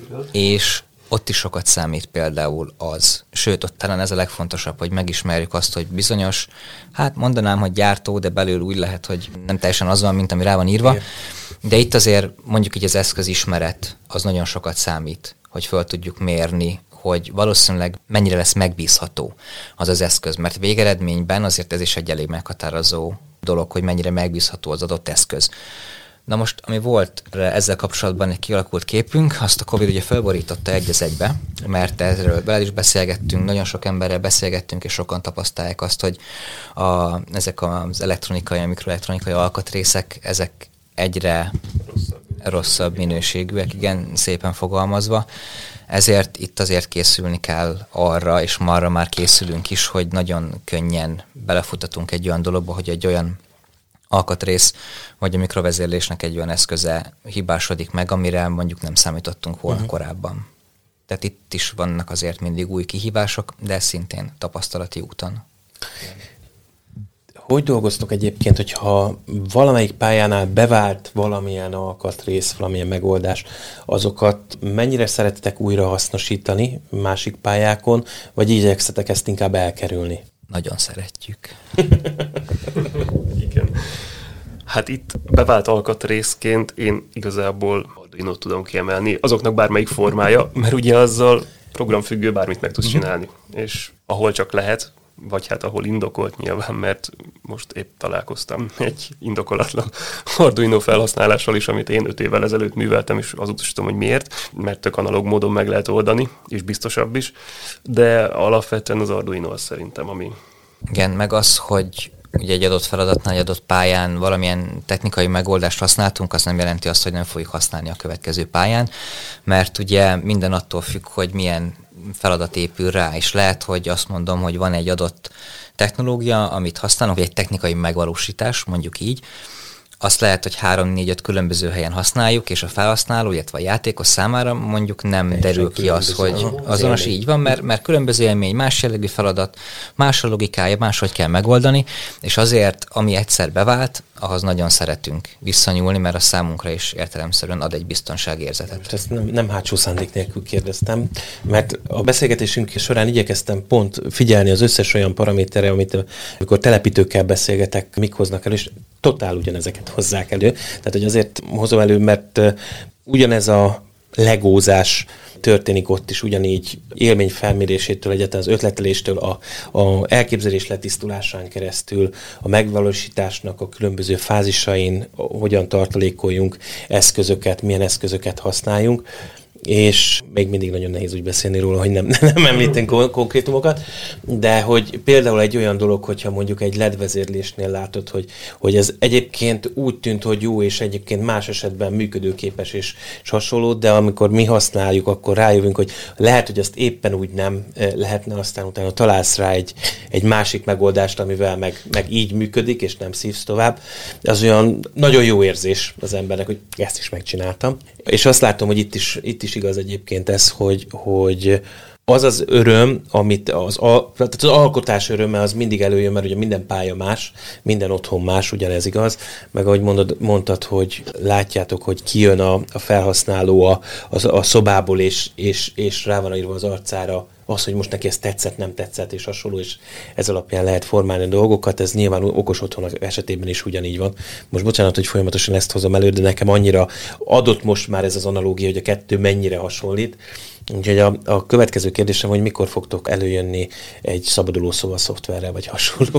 és ott is sokat számít például az. Sőt, ott talán ez a legfontosabb, hogy megismerjük azt, hogy bizonyos, hát mondanám, hogy gyártó, de belül úgy lehet, hogy nem teljesen az van, mint ami rá van írva. Igen. De itt azért mondjuk így az eszközismeret az nagyon sokat számít, hogy föl tudjuk mérni, hogy valószínűleg mennyire lesz megbízható az az eszköz. Mert végeredményben azért ez is egy elég meghatározó dolog, hogy mennyire megbízható az adott eszköz. Na most, ami volt ezzel kapcsolatban egy kialakult képünk, azt a Covid ugye felborította egy az egybe, mert erről vele is beszélgettünk, nagyon sok emberrel beszélgettünk, és sokan tapasztalják azt, hogy a, ezek az elektronikai, a mikroelektronikai alkatrészek, ezek egyre rosszabb, rosszabb minőségűek, igen, szépen fogalmazva. Ezért itt azért készülni kell arra, és marra már készülünk is, hogy nagyon könnyen belefutatunk egy olyan dologba, hogy egy olyan alkatrész, vagy a mikrovezérlésnek egy olyan eszköze hibásodik meg, amire mondjuk nem számítottunk volna uh-huh. korábban. Tehát itt is vannak azért mindig új kihívások, de szintén tapasztalati úton. Hogy dolgoztok egyébként, hogyha valamelyik pályánál bevált valamilyen alkatrész, valamilyen megoldás, azokat mennyire szeretitek újra hasznosítani másik pályákon, vagy igyekszetek ezt inkább elkerülni? Nagyon szeretjük. Igen. Hát itt bevált alkatrészként én igazából Arduinót tudom kiemelni, azoknak bármelyik formája, mert ugye azzal programfüggő bármit meg tudsz csinálni. És ahol csak lehet, vagy hát ahol indokolt nyilván, mert most épp találkoztam egy indokolatlan Arduino felhasználással is, amit én öt évvel ezelőtt műveltem, és azóta is tudom, hogy miért, mert tök analóg módon meg lehet oldani, és biztosabb is, de alapvetően az Arduino az szerintem, ami... Igen, meg az, hogy ugye egy adott feladatnál, egy adott pályán valamilyen technikai megoldást használtunk, az nem jelenti azt, hogy nem fogjuk használni a következő pályán, mert ugye minden attól függ, hogy milyen feladat épül rá, és lehet, hogy azt mondom, hogy van egy adott technológia, amit használunk, vagy egy technikai megvalósítás, mondjuk így, azt lehet, hogy három-négy-öt különböző helyen használjuk, és a felhasználó, illetve a játékos számára mondjuk nem Én derül ki az, hogy azonos így van, mert, mert különböző élmény, más jellegű feladat, más a logikája, máshogy kell megoldani, és azért, ami egyszer bevált, ahhoz nagyon szeretünk visszanyúlni, mert a számunkra is értelemszerűen ad egy biztonságérzetet. Most ezt nem, nem hátsó szándék nélkül kérdeztem, mert a beszélgetésünk során igyekeztem pont figyelni az összes olyan paraméterre, amit amikor telepítőkkel beszélgetek, mik hoznak elő, és totál ugyanezeket hozzák elő. Tehát, hogy azért hozom elő, mert ugyanez a legózás történik ott is, ugyanígy élményfelmérésétől, egyáltalán az ötleteléstől, a, a elképzelés letisztulásán keresztül, a megvalósításnak a különböző fázisain hogyan tartalékoljunk eszközöket, milyen eszközöket használjunk, és még mindig nagyon nehéz úgy beszélni róla, hogy nem, nem említünk konkrétumokat, de hogy például egy olyan dolog, hogyha mondjuk egy led vezérlésnél látod, hogy, hogy ez egyébként úgy tűnt, hogy jó, és egyébként más esetben működőképes és, és hasonló, de amikor mi használjuk, akkor rájövünk, hogy lehet, hogy azt éppen úgy nem lehetne, aztán utána találsz rá egy, egy másik megoldást, amivel meg, meg így működik, és nem szívsz tovább. Az olyan nagyon jó érzés az embernek, hogy ezt is megcsináltam. És azt látom, hogy itt is, itt is igaz egyébként ez, hogy, hogy az az öröm, amit az, a, tehát az alkotás öröme, az mindig előjön, mert ugye minden pálya más, minden otthon más, ugyanez igaz, meg ahogy mondod, mondtad, hogy látjátok, hogy kijön a, a felhasználó a, a, a szobából, és, és, és rá van írva az arcára az, hogy most neki ez tetszett, nem tetszett, és hasonló, és ez alapján lehet formálni a dolgokat, ez nyilván okos otthonok esetében is ugyanígy van. Most bocsánat, hogy folyamatosan ezt hozom elő, de nekem annyira adott most már ez az analógia, hogy a kettő mennyire hasonlít. Úgyhogy a, a következő kérdésem, hogy mikor fogtok előjönni egy szabaduló szoba szoftverrel, vagy hasonló.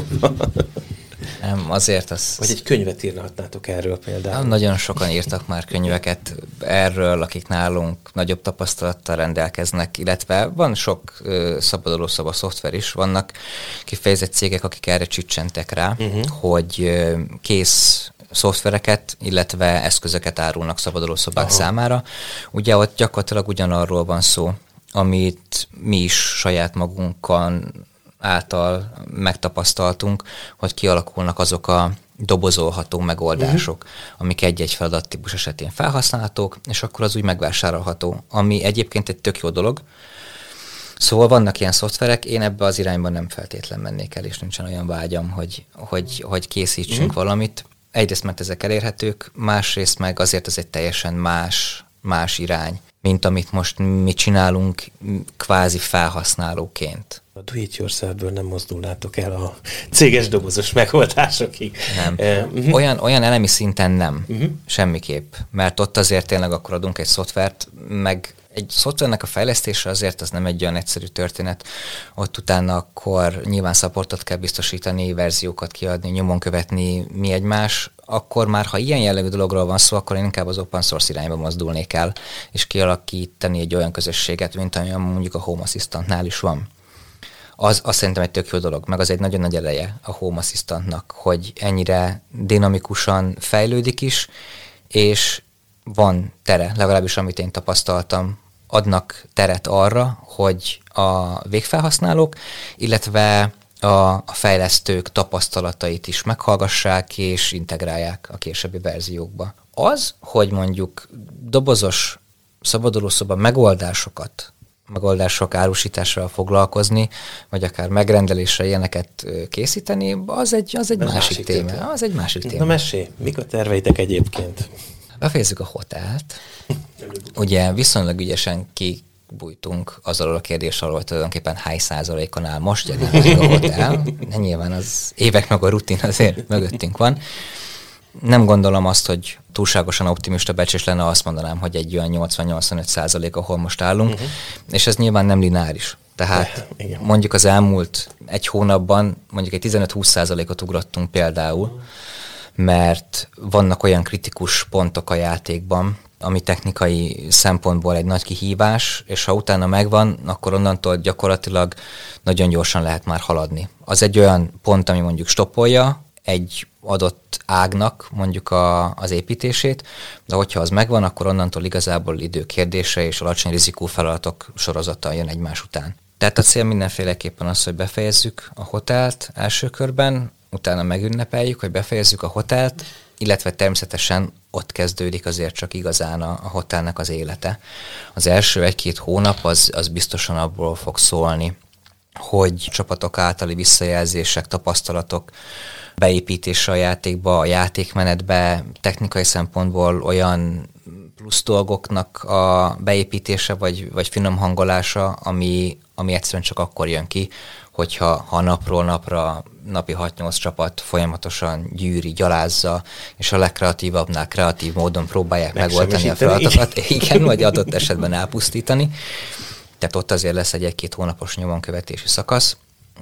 Nem, azért az... Vagy egy könyvet írhatnátok erről például. Nem, nagyon sokan írtak már könyveket erről, akik nálunk nagyobb tapasztalattal rendelkeznek, illetve van sok uh, szabaduló szoba szoftver is, vannak kifejezett cégek, akik erre csicsentek rá, uh-huh. hogy uh, kész szoftvereket, illetve eszközöket árulnak szabaduló szobák Aha. számára. Ugye ott gyakorlatilag ugyanarról van szó, amit mi is saját magunkon által megtapasztaltunk, hogy kialakulnak azok a dobozolható megoldások, uh-huh. amik egy-egy feladattípus esetén felhasználhatók, és akkor az úgy megvásárolható, ami egyébként egy tök jó dolog. Szóval vannak ilyen szoftverek, én ebbe az irányba nem feltétlen mennék el, és nincsen olyan vágyam, hogy, hogy, hogy készítsünk uh-huh. valamit. Egyrészt, mert ezek elérhetők, másrészt meg azért ez egy teljesen más, más irány, mint amit most mi csinálunk kvázi felhasználóként. A do-it-yourself-ből nem mozdulnátok el a céges dobozos megoldásokig. Nem. Uh-huh. Olyan, olyan elemi szinten nem. Uh-huh. Semmiképp. Mert ott azért tényleg akkor adunk egy szoftvert, meg egy szoftvernek a fejlesztése azért az nem egy olyan egyszerű történet. Ott utána akkor nyilván supportot kell biztosítani, verziókat kiadni, nyomon követni mi egymás. Akkor már, ha ilyen jellegű dologról van szó, akkor én inkább az open source irányba mozdulnék el, és kialakítani egy olyan közösséget, mint amilyen mondjuk a Home Assistantnál is van. Az, az szerintem egy tök jó dolog, meg az egy nagyon nagy eleje a Home Assistantnak, hogy ennyire dinamikusan fejlődik is, és van tere, legalábbis amit én tapasztaltam, adnak teret arra, hogy a végfelhasználók, illetve a, a fejlesztők tapasztalatait is meghallgassák és integrálják a későbbi verziókba. Az, hogy mondjuk dobozos szabadulószoba megoldásokat megoldások árusítással foglalkozni, vagy akár megrendelésre ilyeneket készíteni, az egy, az egy másik, másik téma. téma. Az egy másik téma. Na mesélj, mik a terveitek egyébként? Befejezzük a hotelt. Ugye viszonylag ügyesen kibújtunk az alól a kérdés alól, hogy tulajdonképpen hány százalékon áll most jelenleg a hotel. De nyilván az évek meg a rutin azért mögöttünk van. Nem gondolom azt, hogy túlságosan optimista becslés lenne, azt mondanám, hogy egy olyan nyolcvan-nyolcvanöt százalék, ahol most állunk, uh-huh. és ez nyilván nem lineáris. Tehát de, mondjuk az elmúlt egy hónapban mondjuk egy tizenöt-húsz százalékot ugrottunk például, mert vannak olyan kritikus pontok a játékban, ami technikai szempontból egy nagy kihívás, és ha utána megvan, akkor onnantól gyakorlatilag nagyon gyorsan lehet már haladni. Az egy olyan pont, ami mondjuk stoppolja egy adott ágnak mondjuk a, az építését, de hogyha az megvan, akkor onnantól igazából idő kérdése és alacsony rizikó feladatok sorozata jön egymás után. Tehát a cél mindenféleképpen az, hogy befejezzük a hotelt első körben, utána megünnepeljük, hogy befejezzük a hotelt, illetve természetesen ott kezdődik azért csak igazán a, a hotelnek az élete. Az első egy-két hónap az, az biztosan abból fog szólni, hogy csapatok általi visszajelzések, tapasztalatok, beépítése a játékba, a játékmenetbe, technikai szempontból olyan plusz dolgoknak a beépítése vagy, vagy finom hangolása, ami, ami egyszerűen csak akkor jön ki, hogyha ha napról napra napi hat-nyolc csapat folyamatosan gyűri, gyalázza, és a legkreatívabbnál kreatív módon próbálják megoldani a feladatokat, igen, vagy adott esetben elpusztítani. Tehát ott azért lesz egy egy-két hónapos nyomonkövetési szakasz,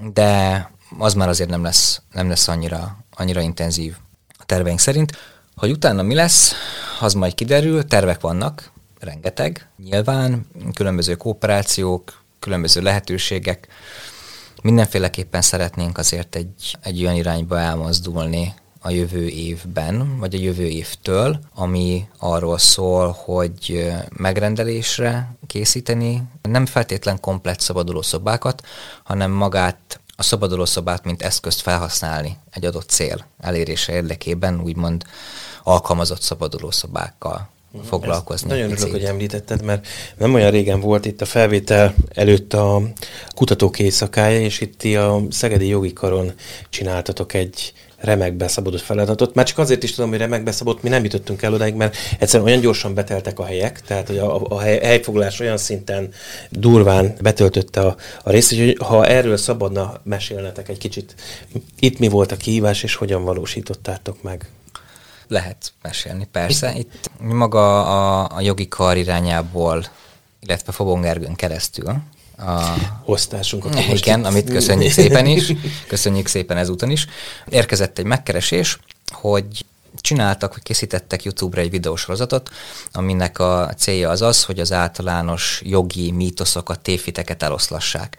de az már azért nem lesz, nem lesz annyira, annyira intenzív a terveink szerint. Hogy utána mi lesz, az majd kiderül, tervek vannak, rengeteg, nyilván, különböző kooperációk, különböző lehetőségek. Mindenféleképpen szeretnénk azért egy, egy olyan irányba elmozdulni a jövő évben, vagy a jövő évtől, ami arról szól, hogy megrendelésre készíteni nem feltétlen komplett szabadulószobákat, hanem magát a szabadulószobát, mint eszközt felhasználni egy adott cél elérése érdekében, úgymond alkalmazott szabadulószobákkal foglalkozni. Nagyon örülök, hogy említetted, mert nem olyan régen volt itt a felvétel előtt a kutatók éjszakája, és itt ti a Szegedi Jogi Karon csináltatok egy remek beszabodott feladatot. Már csak azért is tudom, hogy remek beszabott, mi nem jutottunk el odáig, mert egyszerűen olyan gyorsan beteltek a helyek, tehát hogy a, a hely, helyfoglalás olyan szinten durván betöltötte a, a részt, hogy ha erről szabadna mesélnetek egy kicsit, itt mi volt a kihívás, és hogyan valósítottátok meg? Lehet mesélni, persze. Itt maga a, a jogi kar irányából, illetve Fobon Gergőn keresztül a osztásunkat. Igen, itt. Amit köszönjük szépen is, köszönjük szépen ezúton is. Érkezett egy megkeresés, hogy csináltak, vagy készítettek YouTube-ra egy videósorozatot, aminek a célja az az, hogy az általános jogi mítoszokat, tévhiteket eloszlassák.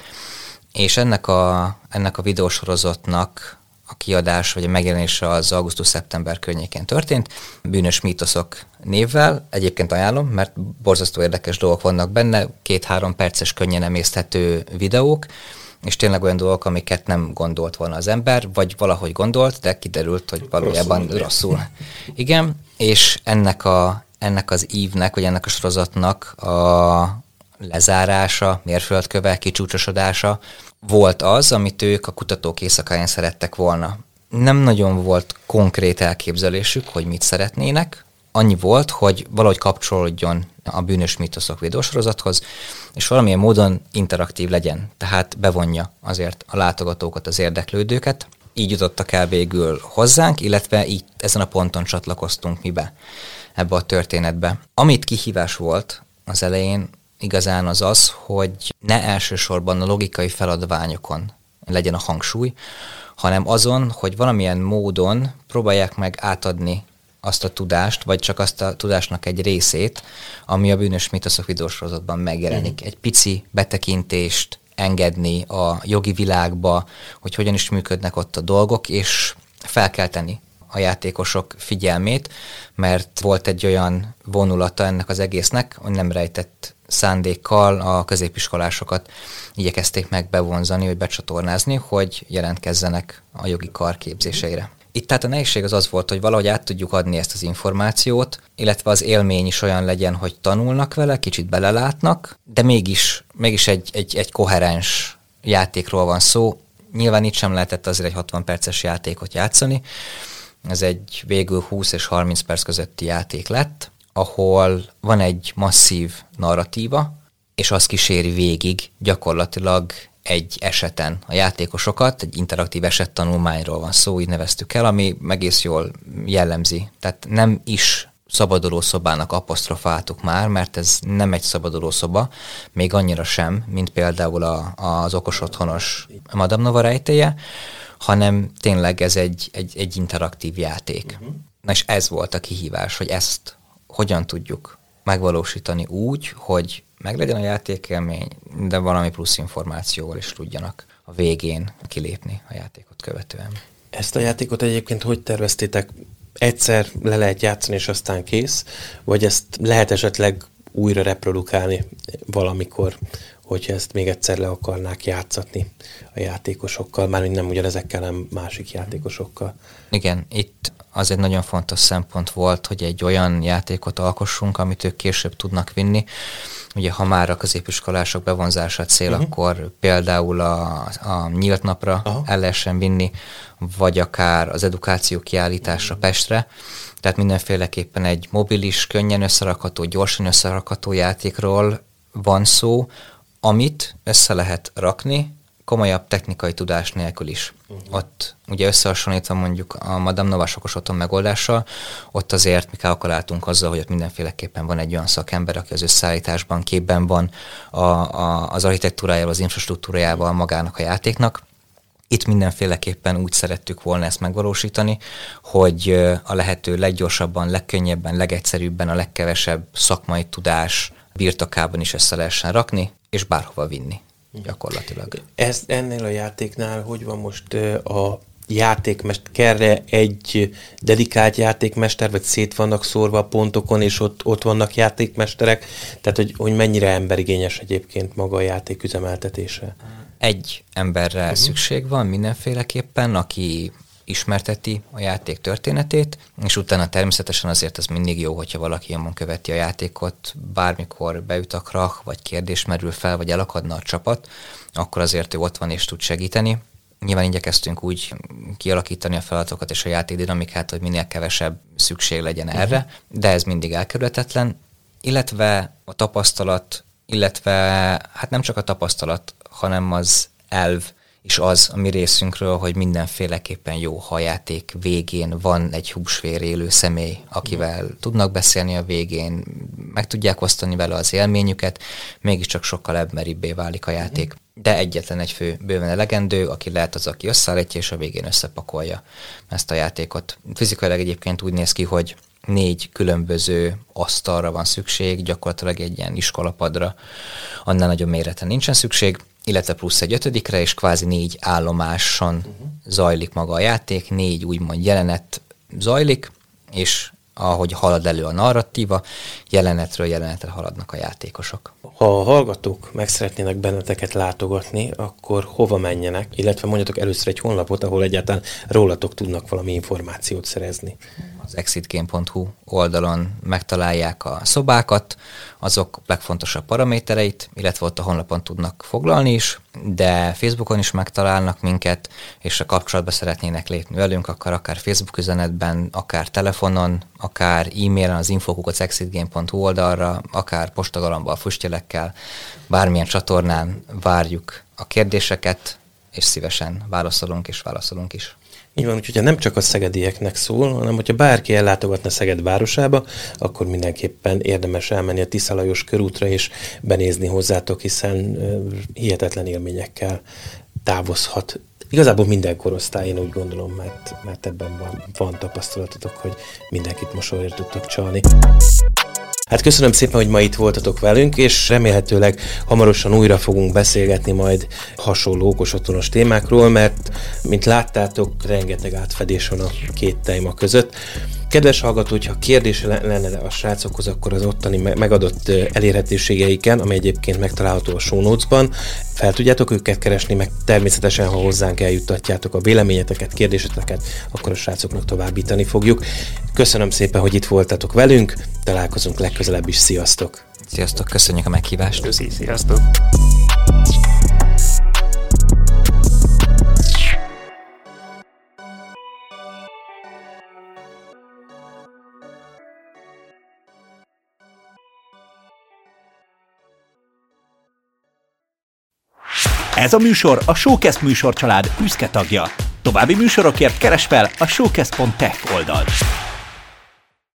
És ennek a, ennek a videósorozatnak a kiadás vagy a megjelenése az augusztus-szeptember környékén történt. Bűnös mítoszok névvel, egyébként ajánlom, mert borzasztó érdekes dolgok vannak benne, két-három perces könnyen emészthető videók, és tényleg olyan dolgok, amiket nem gondolt volna az ember, vagy valahogy gondolt, de kiderült, hogy valójában rosszul. rosszul. Igen, és ennek, a, ennek az ívnek, vagy ennek a sorozatnak a lezárása, mérföldköve, kicsúcsosodása volt az, amit ők a kutatók éjszakáján szerettek volna. Nem nagyon volt konkrét elképzelésük, hogy mit szeretnének. Annyi volt, hogy valahogy kapcsolódjon a bűnös mítoszok videósorozathoz, és valamilyen módon interaktív legyen, tehát bevonja azért a látogatókat, az érdeklődőket. Így jutottak el végül hozzánk, illetve így ezen a ponton csatlakoztunk mi be ebbe a történetbe. Amit kihívás volt az elején, igazán az az, hogy ne elsősorban a logikai feladványokon legyen a hangsúly, hanem azon, hogy valamilyen módon próbálják meg átadni azt a tudást, vagy csak azt a tudásnak egy részét, ami a bűnös mítoszok videósorozatban megjelenik. Egy pici betekintést engedni a jogi világba, hogy hogyan is működnek ott a dolgok, és felkelteni a játékosok figyelmét, mert volt egy olyan vonulata ennek az egésznek, hogy nem rejtett szándékkal a középiskolásokat igyekezték meg bevonzani, vagy becsatornázni, hogy jelentkezzenek a jogi kar képzéseire. Itt tehát a nehézség az az volt, hogy valahogy át tudjuk adni ezt az információt, illetve az élmény is olyan legyen, hogy tanulnak vele, kicsit belelátnak, de mégis, mégis egy, egy, egy koherens játékról van szó. Nyilván itt sem lehetett azért egy hatvan perces játékot játszani. Ez egy végül húsz és harminc perc közötti játék lett, ahol van egy masszív narratíva, és az kíséri végig gyakorlatilag egy eseten a játékosokat, egy interaktív esettanulmányról van szó, így neveztük el, ami egész jól jellemzi. Tehát nem is szabaduló szobának apostrofáltuk már, mert ez nem egy szabaduló szoba, még annyira sem, mint például a, az okos otthonos Madame Nova rejtélye, hanem tényleg ez egy, egy, egy interaktív játék. Uh-huh. Na és ez volt a kihívás, hogy ezt hogyan tudjuk megvalósítani úgy, hogy meglegyen a játékélmény, de valami plusz információval is tudjanak a végén kilépni a játékot követően. Ezt a játékot egyébként hogy terveztétek? Egyszer le lehet játszani, és aztán kész? Vagy ezt lehet esetleg újra reprodukálni valamikor, hogyha ezt még egyszer le akarnák játszatni a játékosokkal, mármint nem ugyanezekkel, hanem másik játékosokkal? Igen, itt az egy nagyon fontos szempont volt, hogy egy olyan játékot alkossunk, amit ők később tudnak vinni. Ugye, ha már a középiskolások bevonzása cél, uh-huh. akkor például a, a nyílt napra uh-huh. el lehessen vinni, vagy akár az edukáció kiállításra uh-huh. Pestre. Tehát mindenféleképpen egy mobilis, könnyen összerakható, gyorsan összerakható játékról van szó, amit össze lehet rakni, komolyabb technikai tudás nélkül is. Uh-huh. Ott ugye összehasonlítva mondjuk a Madame Nova okos otthon megoldással, ott azért mi kalkuláltunk azzal, hogy ott mindenféleképpen van egy olyan szakember, aki az összeállításban képben van a, a, az architektúrájával, az infrastruktúrájával magának a játéknak. Itt mindenféleképpen úgy szerettük volna ezt megvalósítani, hogy a lehető leggyorsabban, legkönnyebben, legegyszerűbben, a legkevesebb szakmai tudás birtokában is össze lehessen rakni, és bárhova vinni. Gyakorlatilag. Ez, ennél a játéknál hogy van most a játékmester, kell egy dedikált játékmester, vagy szét vannak szórva a pontokon, és ott, ott vannak játékmesterek? Tehát, hogy, hogy mennyire emberigényes egyébként maga a játék üzemeltetése? Egy emberre uh-huh. szükség van mindenféleképpen, aki ismerteti a játék történetét, és utána természetesen azért az mindig jó, hogyha valaki jobban követi a játékot, bármikor beüt a krach, vagy kérdés merül fel, vagy elakadna a csapat, akkor azért ő ott van és tud segíteni. Nyilván igyekeztünk úgy kialakítani a feladatokat és a játék dinamikát, hogy minél kevesebb szükség legyen erre, uh-huh. de ez mindig elkerülhetetlen, illetve a tapasztalat, illetve hát nem csak a tapasztalat, hanem az elv, és az a mi részünkről, hogy mindenféleképpen jó, ha a játék végén van egy húsvér élő személy, akivel mm. tudnak beszélni a végén, meg tudják osztani vele az élményüket, mégiscsak sokkal emberibbé válik a játék. Mm. De egyetlen egy fő bőven elegendő, aki lehet az, aki összeállítja, és a végén összepakolja ezt a játékot. Fizikailag egyébként úgy néz ki, hogy négy különböző asztalra van szükség, gyakorlatilag egy ilyen iskolapadra, annál nagyobb méretre nincsen szükség, illetve plusz egy ötödikre, és kvázi négy állomáson uh-huh. zajlik maga a játék, négy úgymond jelenet zajlik, és ahogy halad elő a narratíva, jelenetről jelenetre haladnak a játékosok. Ha a hallgatók meg szeretnének benneteket látogatni, akkor hova menjenek, illetve mondjatok először egy honlapot, ahol egyáltalán rólatok tudnak valami információt szerezni. Az exitgame pont hu oldalon megtalálják a szobákat, azok legfontosabb paramétereit, illetve ott a honlapon tudnak foglalni is, de Facebookon is megtalálnak minket, és a kapcsolatba szeretnének lépni velünk, akkor akár Facebook üzenetben, akár telefonon, akár e-mailen az info kukac exitgame pont hu oldalra, akár postagalombbal, füstjelekkel, bármilyen csatornán várjuk a kérdéseket, és szívesen válaszolunk és válaszolunk is. Így van, úgyhogy nem csak a szegedieknek szól, hanem hogyha bárki ellátogatna Szeged városába, akkor mindenképpen érdemes elmenni a Tisza Lajos körútra és benézni hozzátok, hiszen uh, hihetetlen élményekkel távozhat. Igazából minden korosztály, én úgy gondolom, mert, mert ebben van, van tapasztalatotok, hogy mindenkit mosolyra tudtok csalni. Hát köszönöm szépen, hogy ma itt voltatok velünk, és remélhetőleg hamarosan újra fogunk beszélgetni majd hasonló okos otthonos témákról, mert, mint láttátok, rengeteg átfedés van a két téma között. Kedves hallgató, hogyha kérdés lenne a srácokhoz, akkor az ottani megadott elérhetőségeiken, ami egyébként megtalálható a show notes-ban, fel tudjátok őket keresni, meg természetesen, ha hozzánk eljuttatjátok a véleményeteket, kérdéseteket, akkor a srácoknak továbbítani fogjuk. Köszönöm szépen, hogy itt voltatok velünk, találkozunk legközelebb is, sziasztok! Sziasztok, köszönjük a meghívást! Köszi, sziasztok! Ez a műsor a Showcast műsorcsalád büszke tagja. További műsorokért keresd fel a showcast pont tech oldalt.